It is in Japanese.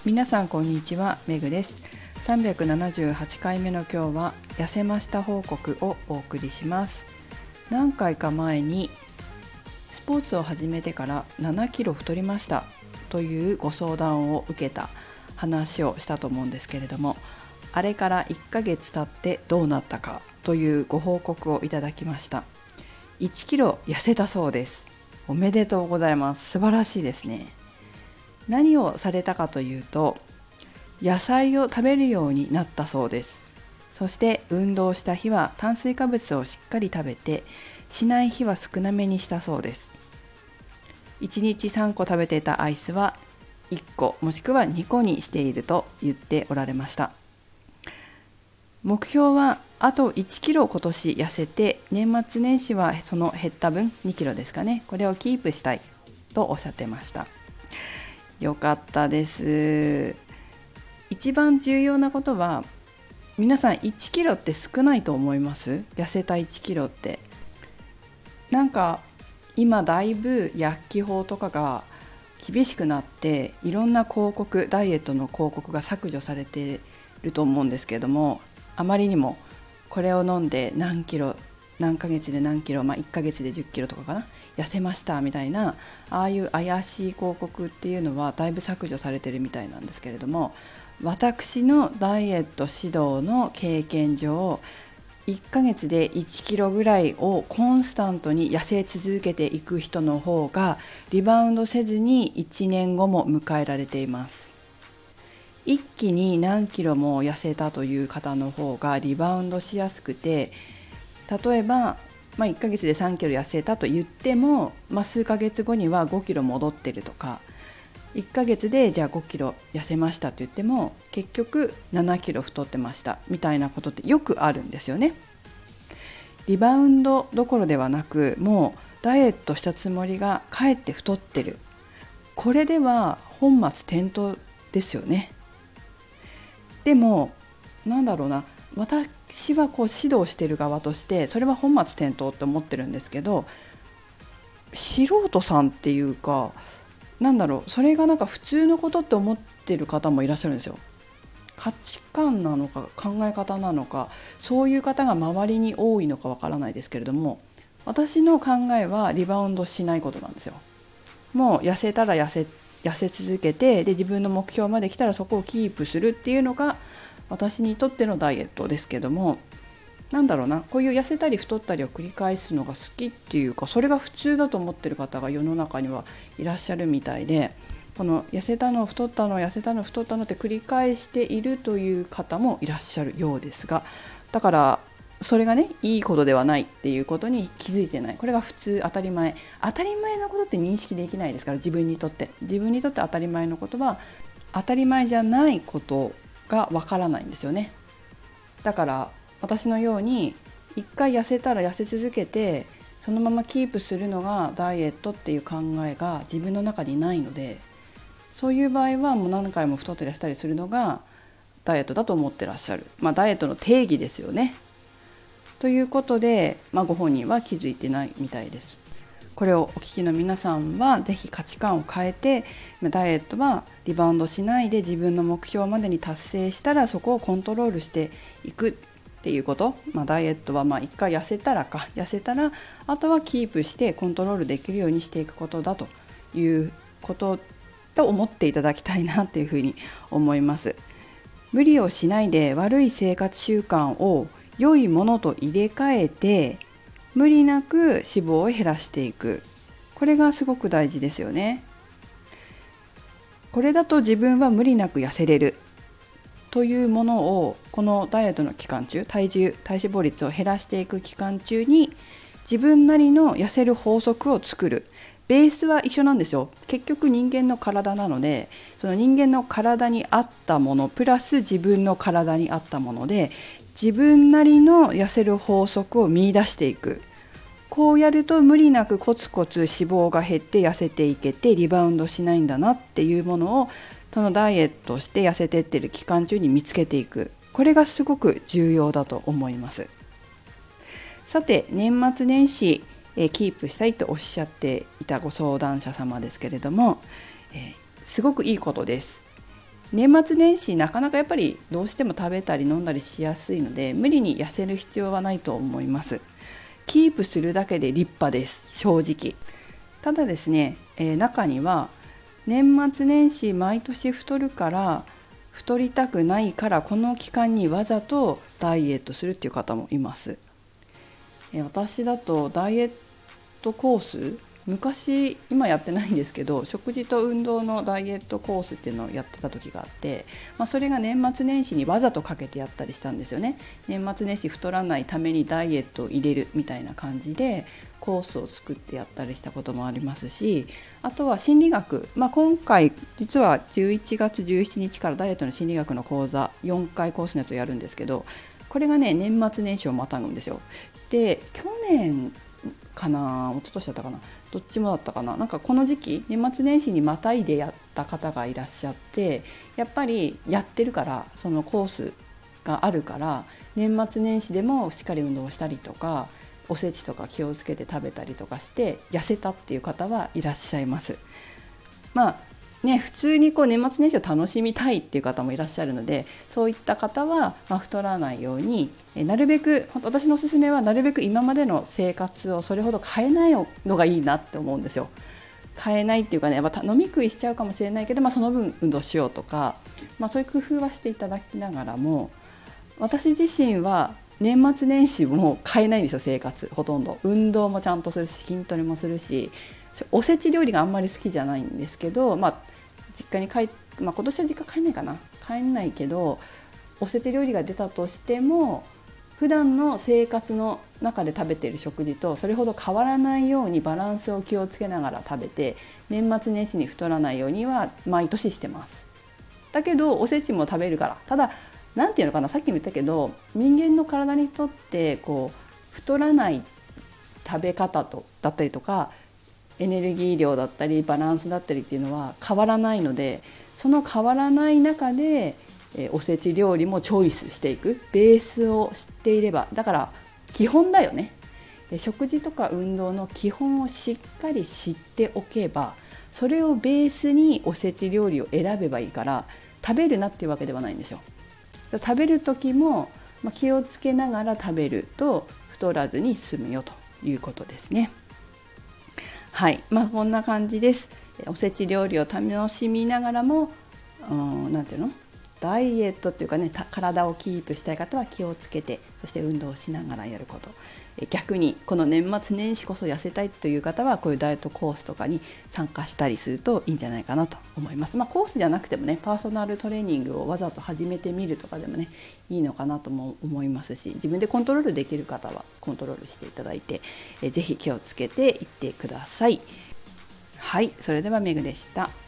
皆さんこんにちは、めぐです。378回目の今日は痩せました報告をお送りします。何回か前にスポーツを始めてから7キロ太りましたというご相談を受けた話をしたと思うんですけれども、あれから1ヶ月経ってどうなったかというご報告をいただきました。1キロ痩せたそうです。おめでとうございます。素晴らしいですね。何をされたかというと、野菜を食べるようになったそうです。そして運動した日は炭水化物をしっかり食べて、しない日は少なめにしたそうです。1日3個食べていたアイスは1個もしくは2個にしていると言っておられました。目標はあと1キロ今年痩せて、年末年始はその減った分2キロですかね、これをキープしたいとおっしゃってました。よかったです。一番重要なことは、皆さん1キロって少ないと思います？痩せた1キロって。なんか今だいぶ薬機法とかが厳しくなって、いろんな広告、ダイエットの広告が削除されていると思うんですけれども、あまりにもこれを飲んで何キロ、何ヶ月で何キロ、1ヶ月で10キロとかかな、痩せましたみたいな、ああいう怪しい広告っていうのはだいぶ削除されてるみたいなんですけれども、私のダイエット指導の経験上、1ヶ月で1キロぐらいをコンスタントに痩せ続けていく人の方がリバウンドせずに1年後も迎えられています。一気に何キロも痩せたという方の方がリバウンドしやすくて、例えば、1ヶ月で3キロ痩せたと言っても、数ヶ月後には5キロ戻ってるとか、1ヶ月でじゃあ5キロ痩せましたと言っても結局7キロ太ってましたみたいなことってよくあるんですよね。リバウンドどころではなく、もうダイエットしたつもりがかえって太ってる。これでは本末転倒ですよね。でも私は指導している側としてそれは本末転倒って思ってるんですけど、素人さんっていうか、それが普通のことって思ってる方もいらっしゃるんですよ。価値観なのか考え方なのか、そういう方が周りに多いのかわからないですけれども、私の考えはリバウンドしないことなんですよ。もう痩せたら痩せ続けて、で自分の目標まで来たらそこをキープするっていうのが私にとってのダイエットですけども、こういう痩せたり太ったりを繰り返すのが好きっていうか、それが普通だと思ってる方が世の中にはいらっしゃるみたいで、この痩せたの太ったの痩せたの太ったのって繰り返しているという方もいらっしゃるようですが、だからそれがね、いいことではないっていうことに気づいてない。これが普通、当たり前のことって認識できないですから、自分にとって当たり前のことは当たり前じゃないことがわからないんですよね。だから私のように一回痩せたら痩せ続けてそのままキープするのがダイエットっていう考えが自分の中にないので、そういう場合はもう何回も太ったりしたりするのがダイエットだと思ってらっしゃる。ダイエットの定義ですよね。ということで、ご本人は気づいてないみたいです。これをお聞きの皆さんはぜひ価値観を変えて、ダイエットはリバウンドしないで自分の目標までに達成したらそこをコントロールしていくっていうこと、ダイエットは一回痩せたらあとはキープしてコントロールできるようにしていくことだということと思っていただきたいなっていうふうに思います。無理をしないで悪い生活習慣を良いものと入れ替えて、無理なく脂肪を減らしていく。これがすごく大事ですよね。これだと自分は無理なく痩せれるというものを、このダイエットの期間中、体脂肪率を減らしていく期間中に自分なりの痩せる法則を作る。ベースは一緒なんですよ。結局人間の体なので、その人間の体に合ったものプラス自分の体に合ったもので、自分なりの痩せる法則を見出していく。こうやると無理なくコツコツ脂肪が減って痩せていけてリバウンドしないんだなっていうものを、そのダイエットして痩せてってる期間中に見つけていく。これがすごく重要だと思います。さて、年末年始キープしたいとおっしゃっていたご相談者様ですけれども、すごくいいことです。 年末年始なかなかやっぱりどうしても食べたり飲んだりしやすいので、無理に痩せる必要はないと思います。キープするだけで立派です、正直。ただですね、中には年末年始毎年太るから太りたくないからこの期間にわざとダイエットするっていう方もいます。私だとダイエットコース、昔、今やってないんですけど、食事と運動のダイエットコースっていうのをやってた時があって、それが年末年始にわざとかけてやったりしたんですよね。年末年始太らないためにダイエットを入れるみたいな感じでコースを作ってやったりしたこともありますし、あとは心理学、今回実は11月17日からダイエットの心理学の講座4回コースのやつをやるんですけど、これがね年末年始をまたぐんですよ。で、去年かな、一昨年だったかな、どっちもだったかな、なんかこの時期年末年始にまたいでやった方がいらっしゃって、やっぱりやってるから、そのコースがあるから年末年始でもしっかり運動したりとか、おせちとか気をつけて食べたりとかして痩せたっていう方はいらっしゃいます。普通に年末年始を楽しみたいっていう方もいらっしゃるので、そういった方は太らないように、なるべく、私のおすすめはなるべく今までの生活をそれほど変えないのがいいなって思うんですよ。変えないっていうかね、飲み食いしちゃうかもしれないけど、その分運動しようとか、そういう工夫はしていただきながらも、私自身は年末年始も変えないんですよ。生活ほとんど運動もちゃんとするし、筋トレもするし、おせち料理があんまり好きじゃないんですけど、実家に今年は実家帰んないかな、帰んないけど、おせち料理が出たとしても普段の生活の中で食べている食事とそれほど変わらないようにバランスを気をつけながら食べて、年末年始に太らないようには毎年してます。だけどおせちも食べるから、ただなんていうのかな、さっきも言ったけど、人間の体にとって太らない食べ方だったりとか、エネルギー量だったりバランスだったりっていうのは変わらないので、その変わらない中でおせち料理もチョイスしていく、ベースを知っていれば、だから基本だよね。食事とか運動の基本をしっかり知っておけば、それをベースにおせち料理を選べばいいから、食べるなっていうわけではないんですよ。食べる時も気をつけながら食べると太らずに済むよということですね。はい、こんな感じです。おせち料理を楽しみながらも、なんていうの、ダイエットっていうかね、体をキープしたい方は気をつけて、そして運動をしながらやること。逆にこの年末年始こそ痩せたいという方はこういうダイエットコースとかに参加したりするといいんじゃないかなと思います。コースじゃなくてもね、パーソナルトレーニングをわざと始めてみるとかでもね、いいのかなとも思いますし、自分でコントロールできる方はコントロールしていただいて、ぜひ気をつけていってください。はい、それではめぐでした。